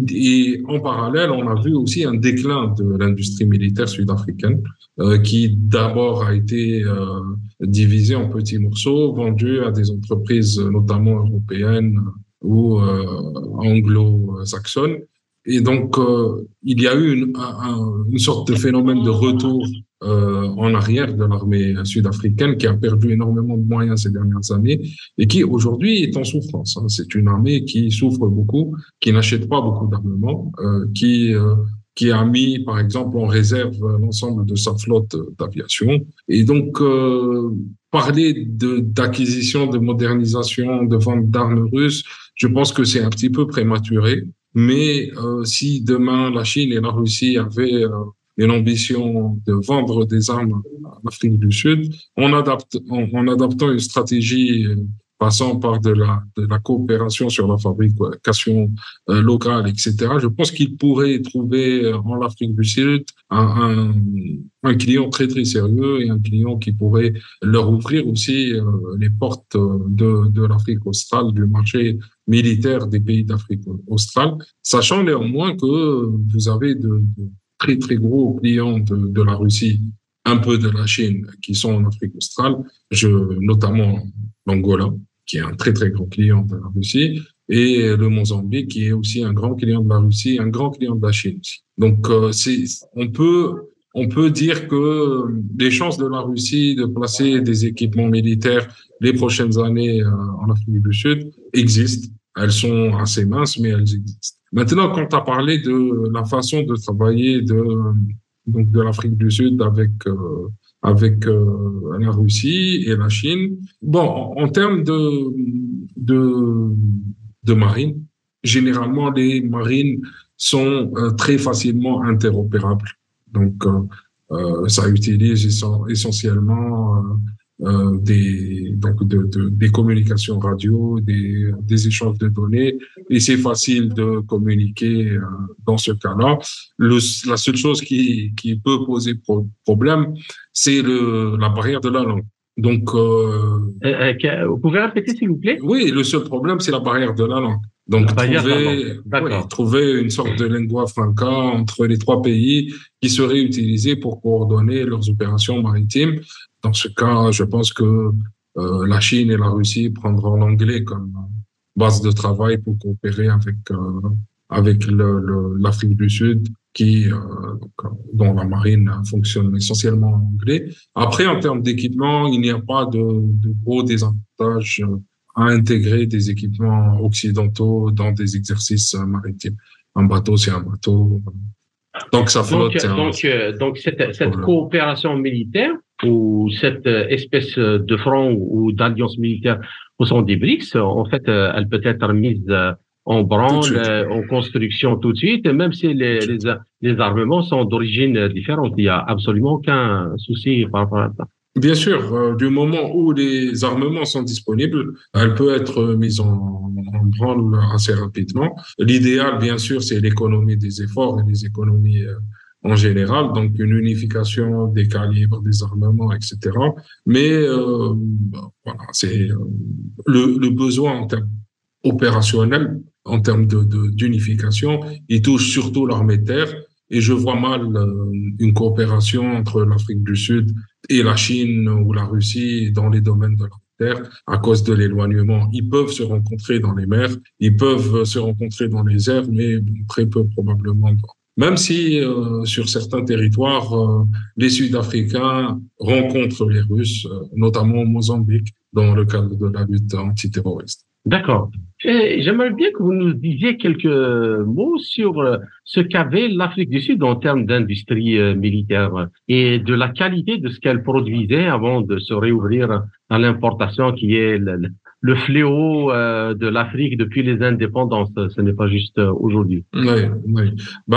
Et en parallèle, on a vu aussi un déclin de l'industrie militaire sud-africaine euh, qui d'abord a été euh, divisée en petits morceaux, vendus à des entreprises notamment européennes ou euh, anglo-saxonnes. Et donc, euh, il y a eu une, un, une sorte de phénomène de retour euh, en arrière de l'armée sud-africaine qui a perdu énormément de moyens ces dernières années et qui aujourd'hui est en souffrance. Hein. C'est une armée qui souffre beaucoup, qui n'achète pas beaucoup d'armement, euh, qui euh, qui a mis, par exemple, en réserve l'ensemble de sa flotte d'aviation. Et donc, euh, parler de, d'acquisition, de modernisation, de vente d'armes russes, je pense que c'est un petit peu prématuré. Mais euh, si demain la Chine et la Russie avaient euh, une ambition de vendre des armes à l'Afrique du Sud, en, adapte, en, en adaptant une stratégie euh, passant par de la, de la coopération sur la fabrication euh, locale, et cetera, je pense qu'ils pourraient trouver euh, en Afrique du Sud un, un, un client très très sérieux et un client qui pourrait leur ouvrir aussi euh, les portes de, de l'Afrique australe, du marché militaire des pays d'Afrique australe, sachant néanmoins que vous avez de, de très très gros clients de, de la Russie, un peu de la Chine qui sont en Afrique australe, je, notamment l'Angola, qui est un très très grand client de la Russie, et le Mozambique, qui est aussi un grand client de la Russie, un grand client de la Chine aussi. Donc, euh, c'est, on peut, on peut dire que les chances de la Russie de placer des équipements militaires les prochaines années euh, en Afrique du Sud existent. Elles sont assez minces, mais elles existent. Maintenant, quand tu as parlé de la façon de travailler de, donc de l'Afrique du Sud avec euh, avec euh, la Russie et la Chine. Bon, en, en termes de, de, de marine, généralement, les marines sont euh, très facilement interopérables. Donc, euh, euh, ça utilise essentiellement euh, euh, des donc de, de, des communications radio, des, des échanges de données, et c'est facile de communiquer euh, dans ce cas-là. Le, la seule chose qui qui peut poser pro- problème, c'est le la barrière de la langue. Donc, euh, Euh, euh, vous pouvez répéter, s'il vous plaît? oui, le seul problème, c'est la barrière de la langue. Donc, La barrière de la trouver, langue. D'accord. oui, trouver une sorte de lingua franca entre les trois pays qui serait utilisée pour coordonner leurs opérations maritimes. Dans ce cas, je pense que euh, la Chine et la Russie prendront l'anglais comme base de travail pour coopérer avec euh, avec le, le, l'Afrique du Sud, qui euh, donc, dont la marine fonctionne essentiellement en anglais. Après, en termes d'équipement, il n'y a pas de, de gros désavantages à intégrer des équipements occidentaux dans des exercices maritimes. Un bateau, c'est un bateau. Donc, ça flotte. Donc, un, donc, euh, donc cette, cette coopération militaire ou cette espèce de front ou d'alliance militaire au sein des BRICS, en fait, elle peut être mise en branle, en construction tout de suite, même si les, les, les armements sont d'origine différente. Il n'y a absolument aucun souci par rapport à ça. Bien sûr, euh, du moment où les armements sont disponibles, elle peut être mise en, en branle assez rapidement. L'idéal, bien sûr, c'est l'économie des efforts et les économies euh, en général, donc une unification des calibres, des armements, et cetera. Mais euh, voilà, c'est euh, le, le besoin en termes opérationnels, en termes de, de, d'unification, il touche surtout l'armée de terre. Et je vois mal euh, une coopération entre l'Afrique du Sud et la Chine ou la Russie dans les domaines de la terre à cause de l'éloignement. Ils peuvent se rencontrer dans les mers, ils peuvent se rencontrer dans les airs, mais très peu probablement. Même si euh, sur certains territoires, euh, les Sud-Africains rencontrent les Russes, euh, notamment au Mozambique, dans le cadre de la lutte antiterroriste. D'accord. Et j'aimerais bien que vous nous disiez quelques mots sur ce qu'avait l'Afrique du Sud en termes d'industrie militaire et de la qualité de ce qu'elle produisait avant de se réouvrir à l'importation, qui est le, le fléau de l'Afrique depuis les indépendances. Ce n'est pas juste aujourd'hui. Oui, oui.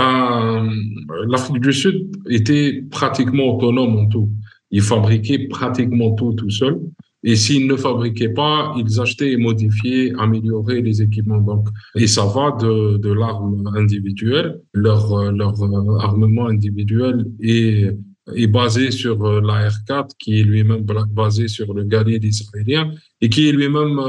Ben, l'Afrique du Sud était pratiquement autonome en tout. Ils fabriquaient pratiquement tout tout seul. Et s'ils ne fabriquaient pas, ils achetaient et modifiaient, amélioraient les équipements. Donc, et ça va de, de l'arme individuelle. Leur, leur armement individuel est, est basé sur l'A R quatre, qui est lui-même basé sur le Galil israélien et qui est lui-même,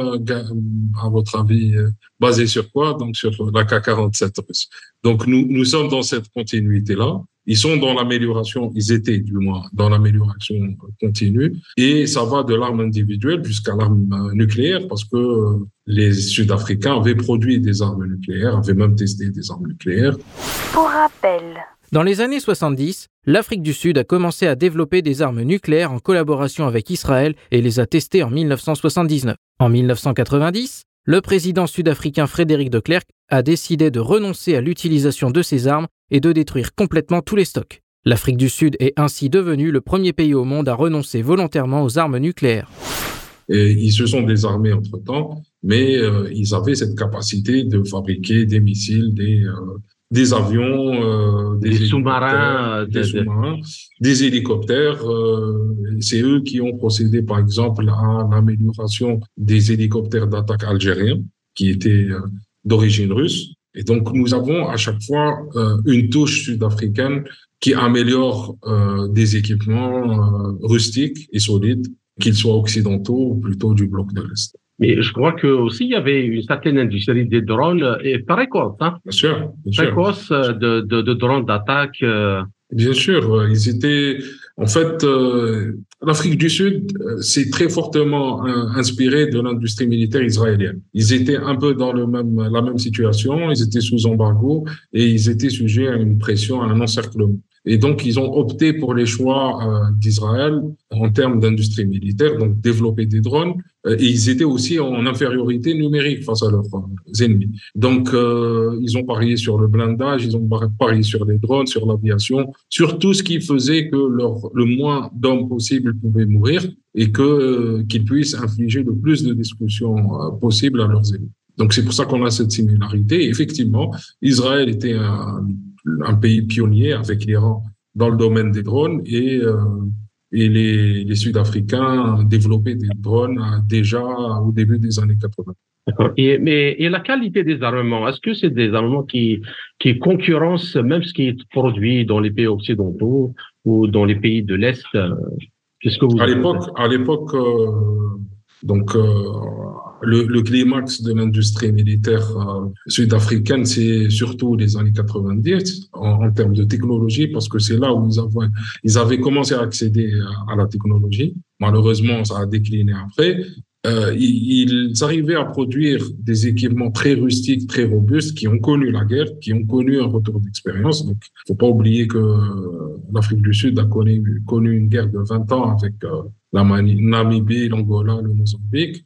à votre avis, basé sur quoi? Donc, sur la K quarante-sept russe. Donc, nous, nous sommes dans cette continuité-là. Ils sont dans l'amélioration, ils étaient du moins dans l'amélioration continue, et ça va de l'arme individuelle jusqu'à l'arme nucléaire, parce que les Sud-Africains avaient produit des armes nucléaires, avaient même testé des armes nucléaires. Pour rappel, dans les années soixante-dix, l'Afrique du Sud a commencé à développer des armes nucléaires en collaboration avec Israël et les a testées en mille neuf cent soixante-dix-neuf. En mille neuf cent quatre-vingt-dix, le président sud-africain Frédéric de Klerk a décidé de renoncer à l'utilisation de ces armes et de détruire complètement tous les stocks. L'Afrique du Sud est ainsi devenue le premier pays au monde à renoncer volontairement aux armes nucléaires. Et ils se sont désarmés entre-temps, mais euh, ils avaient cette capacité de fabriquer des missiles, des, euh, des avions, euh, des, des sous-marins, des, sous-marins, des hélicoptères. Euh, c'est eux qui ont procédé, par exemple, à l'amélioration des hélicoptères d'attaque algériens, qui étaient euh, d'origine russe. Et donc, nous avons à chaque fois euh, une touche sud-africaine qui améliore euh, des équipements euh, rustiques et solides, qu'ils soient occidentaux ou plutôt du bloc de l'Est. Mais je crois que aussi il y avait une certaine industrie des drones et précoce, hein. Bien sûr, bien précoce sûr. de, de, de drones d'attaque. Euh... Bien sûr, ils étaient, en fait, euh, l'Afrique du Sud s'est très fortement euh, inspiré de l'industrie militaire israélienne. Ils étaient un peu dans le même, la même situation, ils étaient sous embargo et ils étaient sujets à une pression, à un encerclement. Et donc, ils ont opté pour les choix euh, d'Israël en termes d'industrie militaire, donc développer des drones. Euh, et ils étaient aussi en infériorité numérique face à leurs euh, ennemis. Donc, euh, ils ont parié sur le blindage, ils ont parié sur les drones, sur l'aviation, sur tout ce qui faisait que leur, le moins d'hommes possible pouvaient mourir et que euh, qu'ils puissent infliger le plus de destruction euh, possible à leurs ennemis. Donc, c'est pour ça qu'on a cette similarité. Et effectivement, Israël était un un pays pionnier avec l'Iran dans le domaine des drones et euh, et les, les Sud-Africains développaient des drones déjà au début des années quatre-vingts. D'accord. Et, mais, et la qualité des armements, est-ce que c'est des armements qui, qui concurrencent même ce qui est produit dans les pays occidentaux ou dans les pays de l'Est? Qu'est-ce que vous à l'époque, à l'époque, euh, donc euh, le, le climax de l'industrie militaire euh, sud-africaine, c'est surtout les années quatre-vingt-dix en, en termes de technologie, parce que c'est là où ils avaient, ils avaient commencé à accéder à, à la technologie. Malheureusement, ça a décliné après. Euh, ils, ils arrivaient à produire des équipements très rustiques, très robustes, qui ont connu la guerre, qui ont connu un retour d'expérience. Donc, faut pas oublier que euh, l'Afrique du Sud a connu, connu une guerre de vingt ans avec euh, la Namibie, l'Angola, le Mozambique.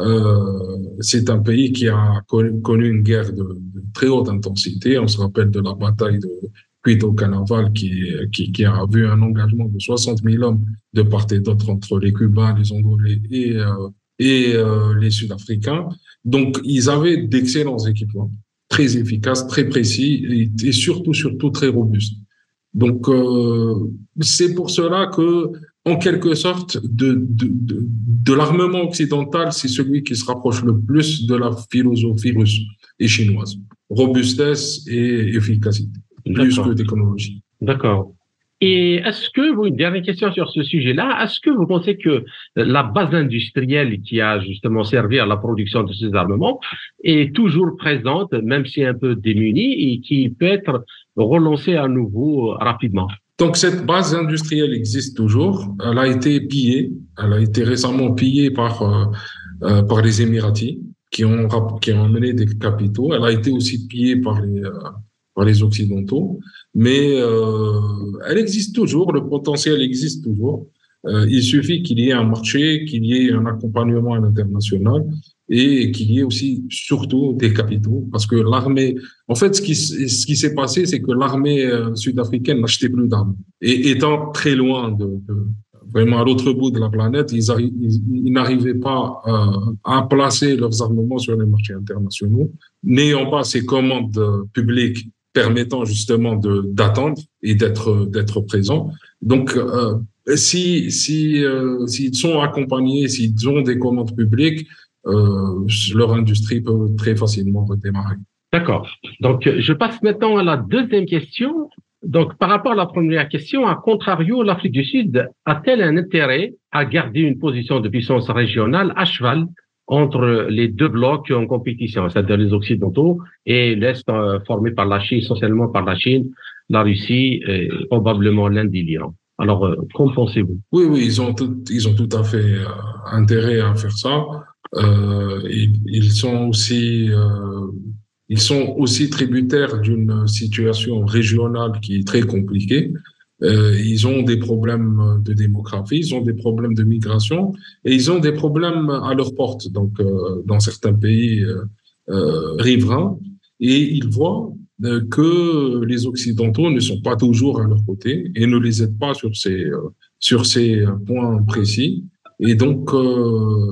Euh, c'est un pays qui a connu, connu une guerre de, de très haute intensité. On se rappelle de la bataille de Cuito-Canaval qui, qui, qui a vu un engagement de soixante mille hommes de part et d'autre entre les Cubains, les Angolais et euh, et euh, les Sud-Africains. Donc, ils avaient d'excellents équipements, très efficaces, très précis et, et surtout, surtout très robustes. Donc, euh, c'est pour cela que, en quelque sorte, de, de, de, de l'armement occidental, c'est celui qui se rapproche le plus de la philosophie russe et chinoise. Robustesse et efficacité, plus que technologie. D'accord. Et est-ce que, vous, une dernière question sur ce sujet-là, est-ce que vous pensez que la base industrielle qui a justement servi à la production de ces armements est toujours présente, même si un peu démunie, et qui peut être relancée à nouveau rapidement? Donc, cette base industrielle existe toujours. Elle a été pillée. Elle a été récemment pillée par, euh, euh, par les Émiratis qui ont, qui ont amené des capitaux. Elle a été aussi pillée par les, euh, par les Occidentaux. Mais euh, elle existe toujours, le potentiel existe toujours. Euh, il suffit qu'il y ait un marché, qu'il y ait un accompagnement à l'international et qu'il y ait aussi surtout des capitaux. Parce que l'armée, en fait, ce qui, ce qui s'est passé, c'est que l'armée euh, sud-africaine n'achetait plus d'armes. Et étant très loin de, de vraiment à l'autre bout de la planète, ils, arri- ils, ils n'arrivaient pas euh, à placer leurs armements sur les marchés internationaux, n'ayant pas ces commandes euh, publiques permettant justement de d'attendre et d'être d'être présents. Donc, euh, si si euh, s'ils sont accompagnés, s'ils ont des commandes publiques, euh, leur industrie peut très facilement redémarrer. D'accord. Donc, je passe maintenant à la deuxième question. Donc, par rapport à la première question, à contrario, l'Afrique du Sud a-t-elle un intérêt à garder une position de puissance régionale à cheval entre les deux blocs en compétition, c'est-à-dire les Occidentaux et l'Est euh, formé par la Chine, essentiellement par la Chine, la Russie et probablement l'Inde et l'Iran. Alors, euh, qu'en pensez-vous? Oui, oui, ils ont tout, ils ont tout à fait euh, intérêt à faire ça. Euh, ils, ils sont aussi, euh, ils sont aussi tributaires d'une situation régionale qui est très compliquée. Euh, ils ont des problèmes de démographie, ils ont des problèmes de migration et ils ont des problèmes à leur porte, donc euh, dans certains pays euh, euh, riverains. Et ils voient euh, que les Occidentaux ne sont pas toujours à leur côté et ne les aident pas sur ces, euh, sur ces points précis. Et donc, euh,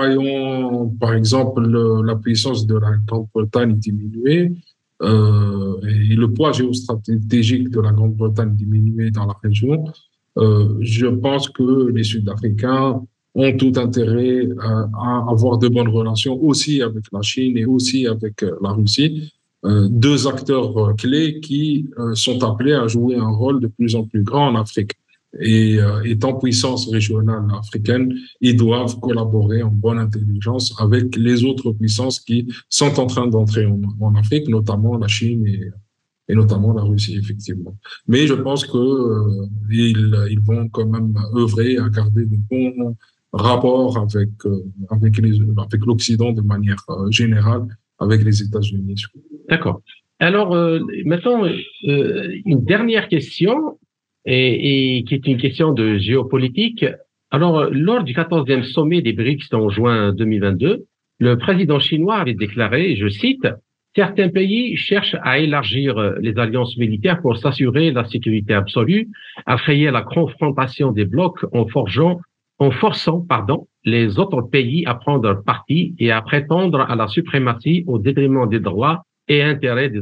voyons par exemple le, la puissance de la Grande-Bretagne diminuer, Euh, et le poids géostratégique de la Grande-Bretagne diminuer dans la région, euh, je pense que les Sud-Africains ont tout intérêt à, à avoir de bonnes relations aussi avec la Chine et aussi avec euh, la Russie, euh, deux acteurs euh, clés qui euh, sont appelés à jouer un rôle de plus en plus grand en Afrique. Et euh, étant puissance régionale africaine, ils doivent collaborer en bonne intelligence avec les autres puissances qui sont en train d'entrer en, en Afrique, notamment la Chine et, et notamment la Russie, effectivement. Mais je pense que euh, ils, ils vont quand même œuvrer à garder de bons rapports avec euh, avec les avec l'Occident de manière euh, générale, avec les États-Unis. D'accord. Alors euh, maintenant, euh, une dernière question. Et, et qui est une question de géopolitique. Alors, lors du quatorzième sommet des BRICS en juin deux mille vingt-deux, le président chinois avait déclaré, je cite, « Certains pays cherchent à élargir les alliances militaires pour s'assurer la sécurité absolue, à frayer la confrontation des blocs en forgeant, en forçant, pardon, les autres pays à prendre parti et à prétendre à la suprématie au détriment des droits et intérêts des autres pays. »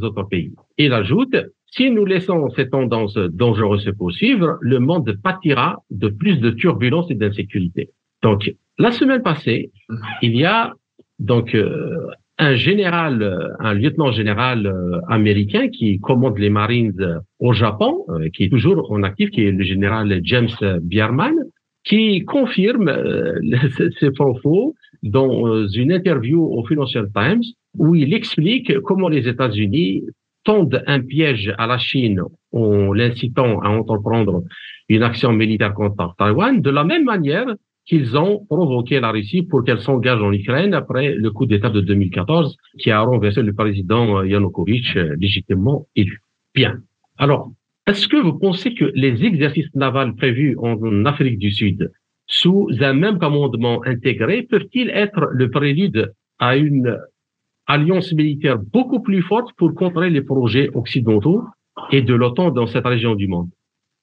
Il ajoute, si nous laissons ces tendances dangereuses se poursuivre, le monde pâtira de plus de turbulences et d'insécurité. Donc, la semaine passée, il y a donc euh, un général, un lieutenant-général euh, américain qui commande les Marines euh, au Japon, euh, qui est toujours en actif, qui est le général James Bierman, qui confirme euh, ces faux dans euh, une interview au Financial Times où il explique comment les États-Unis tendent un piège à la Chine en l'incitant à entreprendre une action militaire contre Taïwan, de la même manière qu'ils ont provoqué la Russie pour qu'elle s'engage en Ukraine après le coup d'État de deux mille quatorze qui a renversé le président Yanukovych légitimement élu. Bien. Alors, est-ce que vous pensez que les exercices navals prévus en Afrique du Sud sous un même commandement intégré peuvent-ils être le prélude à une alliance militaire beaucoup plus forte pour contrer les projets occidentaux et de l'OTAN dans cette région du monde?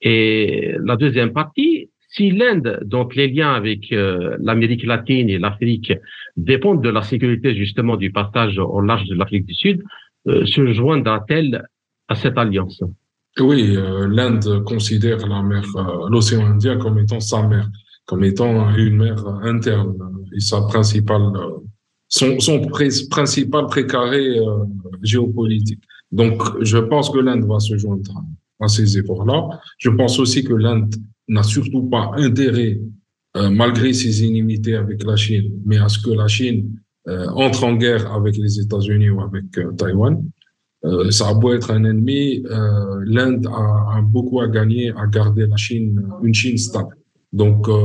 Et la deuxième partie, si l'Inde, donc les liens avec euh, l'Amérique latine et l'Afrique dépendent de la sécurité justement du partage au large de l'Afrique du Sud, euh, se joindra-t-elle à cette alliance? Oui, euh, l'Inde considère la mer, euh, l'océan Indien comme étant sa mer, comme étant une mer interne et sa principale, euh, son, son pré- principal précaré euh, géopolitique. Donc, je pense que l'Inde va se joindre à ces efforts-là. Je pense aussi que l'Inde n'a surtout pas intérêt, euh, malgré ses inimitiés avec la Chine, mais à ce que la Chine euh, entre en guerre avec les États-Unis ou avec euh, Taïwan. Euh, ça a beau être un ennemi, euh, l'Inde a, a beaucoup à gagner à garder la Chine, une Chine stable. Donc, euh,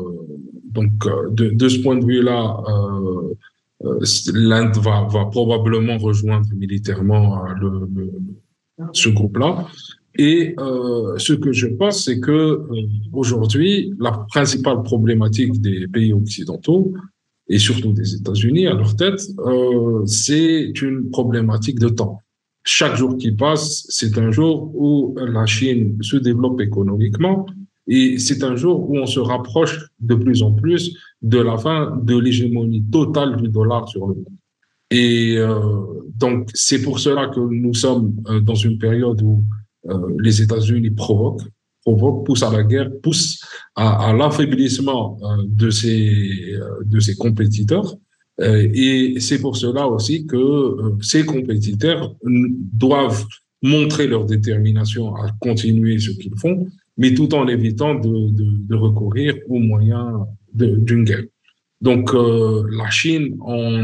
donc de, de ce point de vue-là, euh, euh, l'Inde va, va probablement rejoindre militairement euh, le, le, ce groupe-là. Et euh, ce que je pense, c'est que euh, aujourd'hui, la principale problématique des pays occidentaux et surtout des États-Unis à leur tête, euh, c'est une problématique de temps. Chaque jour qui passe, c'est un jour où la Chine se développe économiquement et c'est un jour où on se rapproche de plus en plus de la fin de l'hégémonie totale du dollar sur le monde. Et euh, donc, c'est pour cela que nous sommes euh, dans une période où euh, les États-Unis provoquent, provoquent, poussent à la guerre, poussent à, à l'affaiblissement euh, de ces, euh, de ces compétiteurs. Euh, et c'est pour cela aussi que euh, ces compétiteurs doivent montrer leur détermination à continuer ce qu'ils font, mais tout en évitant de, de, de recourir aux moyens de, d'une guerre. Donc, euh, la Chine, en,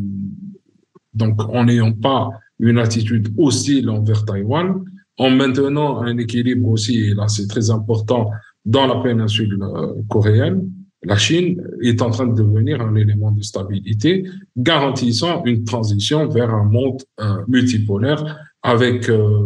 donc, en n'ayant pas une attitude hostile envers Taïwan, en maintenant un équilibre aussi, et là c'est très important, dans la péninsule euh, coréenne, la Chine est en train de devenir un élément de stabilité, garantissant une transition vers un monde euh, multipolaire avec euh,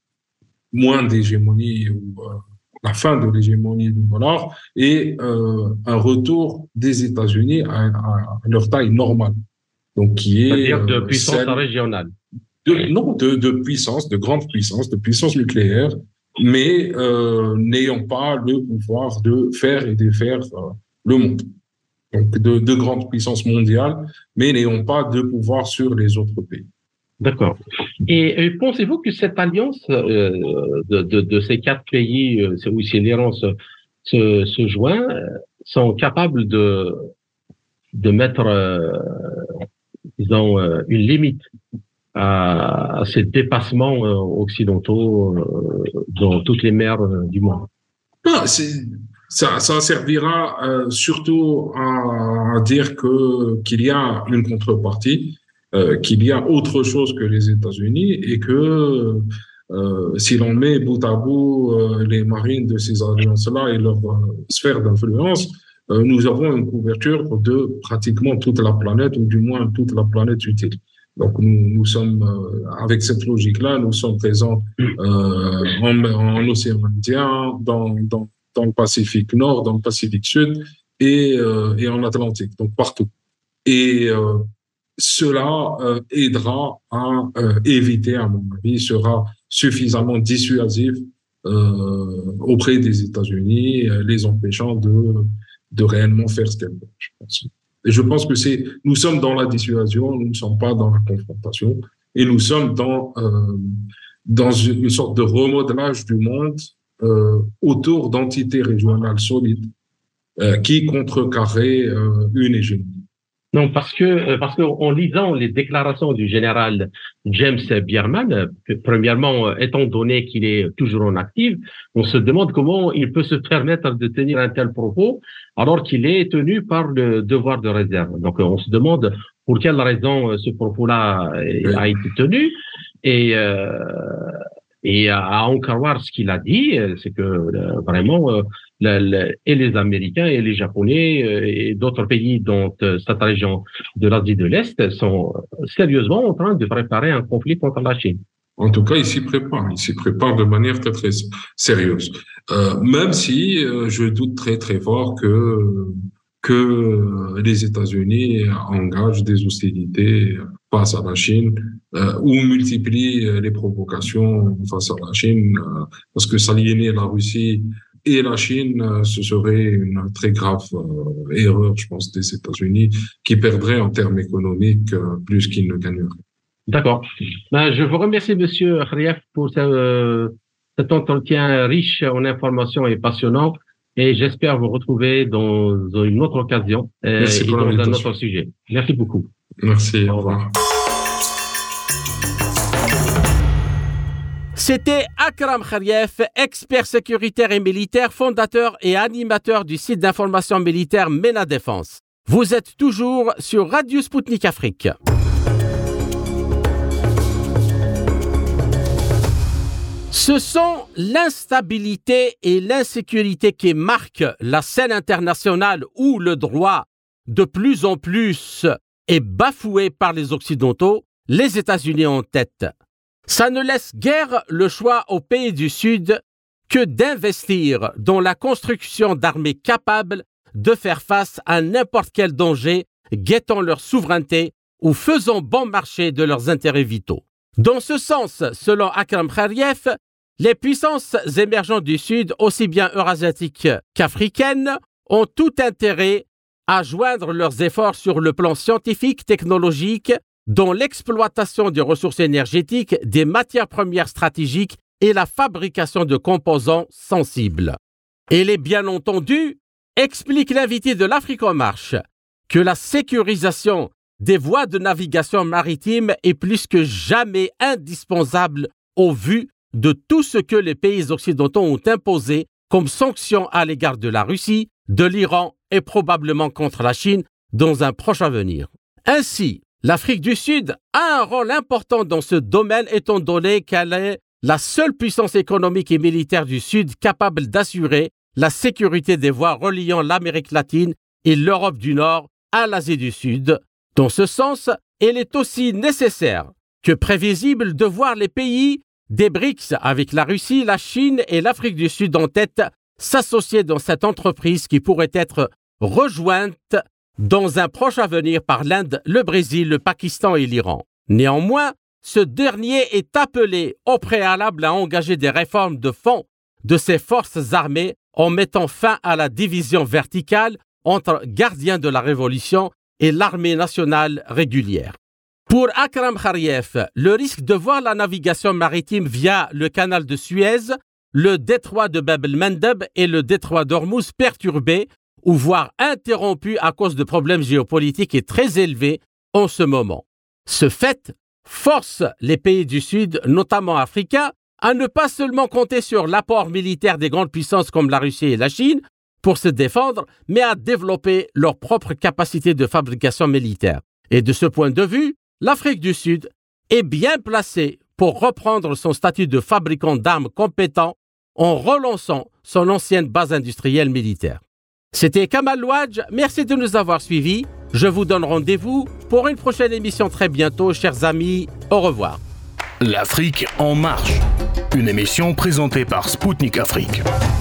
moins d'hégémonie ou euh, la fin de l'hégémonie du dollar et euh, un retour des États-Unis à, à, à leur taille normale. Donc, qui est c'est-à-dire de euh, puissance celle, régionale. De, non, de, de puissance, de grande puissance, de puissance nucléaire, mais euh, n'ayant pas le pouvoir de faire et défaire euh, le monde. Donc, de, de grandes puissances mondiales, mais n'ayant pas de pouvoir sur les autres pays. D'accord. Et, et pensez-vous que cette alliance euh, de, de, de ces quatre pays euh, où l'Iran se, se, se joint euh, sont capables de, de mettre, euh, disons, euh, une limite à, à ces dépassements euh, occidentaux euh, dans toutes les mers euh, du monde? Non, c'est, ça, ça servira euh, surtout à, à dire que qu'il y a une contrepartie, euh, qu'il y a autre chose que les États-Unis et que euh, si l'on met bout à bout euh, les marines de ces alliances-là et leur euh, sphère d'influence, euh, nous avons une couverture de pratiquement toute la planète ou du moins toute la planète utile. Donc nous, nous sommes euh, avec cette logique-là, nous sommes présents euh, en, en océan Indien, dans, dans dans le Pacifique Nord, dans le Pacifique Sud et euh, et en Atlantique, donc partout. Et euh, cela euh, aidera à euh, éviter, à mon avis, sera suffisamment dissuasif euh, auprès des États-Unis, euh, les empêchant de de réellement faire ce qu'elles veulent, je pense. Et je pense que c'est, nous sommes dans la dissuasion, nous ne sommes pas dans la confrontation, et nous sommes dans euh, dans une sorte de remodelage du monde euh, autour d'entités régionales solides euh, qui contrecarraient euh, une hégémonie. Non, parce que parce que en lisant les déclarations du général James Bierman, premièrement, étant donné qu'il est toujours en active, on se demande comment il peut se permettre de tenir un tel propos alors qu'il est tenu par le devoir de réserve. Donc, on se demande pour quelle raison ce propos-là a été tenu. Et euh, et à en croire ce qu'il a dit, c'est que euh, vraiment euh, le, le, et les Américains et les Japonais euh, et d'autres pays dans euh, cette région de l'Asie de l'Est sont sérieusement en train de préparer un conflit contre la Chine. En tout cas, ils s'y préparent. Ils s'y préparent de manière très, très sérieuse. Euh, même si euh, je doute très, très fort que que les États-Unis engagent des hostilités face à la Chine euh, ou multiplient les provocations face à la Chine, euh, parce que s'aliéner la Russie et la Chine, euh, ce serait une très grave euh, erreur, je pense, des États-Unis, qui perdraient en termes économiques euh, plus qu'ils ne gagneraient. D'accord. Ben, je vous remercie, Monsieur Khrieff, pour ce, euh, cet entretien riche en informations et passionnant. Et j'espère vous retrouver dans une autre occasion euh, et dans un autre sujet. Merci beaucoup. Merci, au revoir. C'était Akram Khrieff, expert sécuritaire et militaire, fondateur et animateur du site d'information militaire MENA Défense. Vous êtes toujours sur Radio Sputnik Afrique. Ce sont l'instabilité et l'insécurité qui marquent la scène internationale où le droit, de plus en plus, est bafoué par les Occidentaux, les États-Unis en tête. Ça ne laisse guère le choix aux pays du Sud que d'investir dans la construction d'armées capables de faire face à n'importe quel danger guettant leur souveraineté ou faisant bon marché de leurs intérêts vitaux. Dans ce sens, selon Akram Khrieff, les puissances émergentes du Sud, aussi bien eurasiatiques qu'africaines, ont tout intérêt à joindre leurs efforts sur le plan scientifique, technologique, dans l'exploitation des ressources énergétiques, des matières premières stratégiques et la fabrication de composants sensibles. Il est bien entendu, explique l'invité de l'Afrique en marche, que la sécurisation des voies de navigation maritime est plus que jamais indispensable au vu de tout ce que les pays occidentaux ont imposé comme sanctions à l'égard de la Russie, de l'Iran et probablement contre la Chine dans un proche avenir. Ainsi, l'Afrique du Sud a un rôle important dans ce domaine étant donné qu'elle est la seule puissance économique et militaire du Sud capable d'assurer la sécurité des voies reliant l'Amérique latine et l'Europe du Nord à l'Asie du Sud. Dans ce sens, il est aussi nécessaire que prévisible de voir les pays des BRICS avec la Russie, la Chine et l'Afrique du Sud en tête s'associer dans cette entreprise qui pourrait être rejointe dans un proche avenir par l'Inde, le Brésil, le Pakistan et l'Iran. Néanmoins, ce dernier est appelé au préalable à engager des réformes de fond de ses forces armées en mettant fin à la division verticale entre gardiens de la Révolution et l'armée nationale régulière. Pour Akram Khrieff, le risque de voir la navigation maritime via le canal de Suez, le détroit de Bab el-Mandeb et le détroit d'Ormuz perturbés ou voire interrompus à cause de problèmes géopolitiques est très élevé en ce moment. Ce fait force les pays du Sud, notamment africains, à ne pas seulement compter sur l'apport militaire des grandes puissances comme la Russie et la Chine pour se défendre, mais à développer leurs propres capacités de fabrication militaire. Et de ce point de vue, l'Afrique du Sud est bien placée pour reprendre son statut de fabricant d'armes compétent en relançant son ancienne base industrielle militaire. C'était Kamal Louadj, merci de nous avoir suivis. Je vous donne rendez-vous pour une prochaine émission très bientôt, chers amis. Au revoir. L'Afrique en marche, une émission présentée par Sputnik Afrique.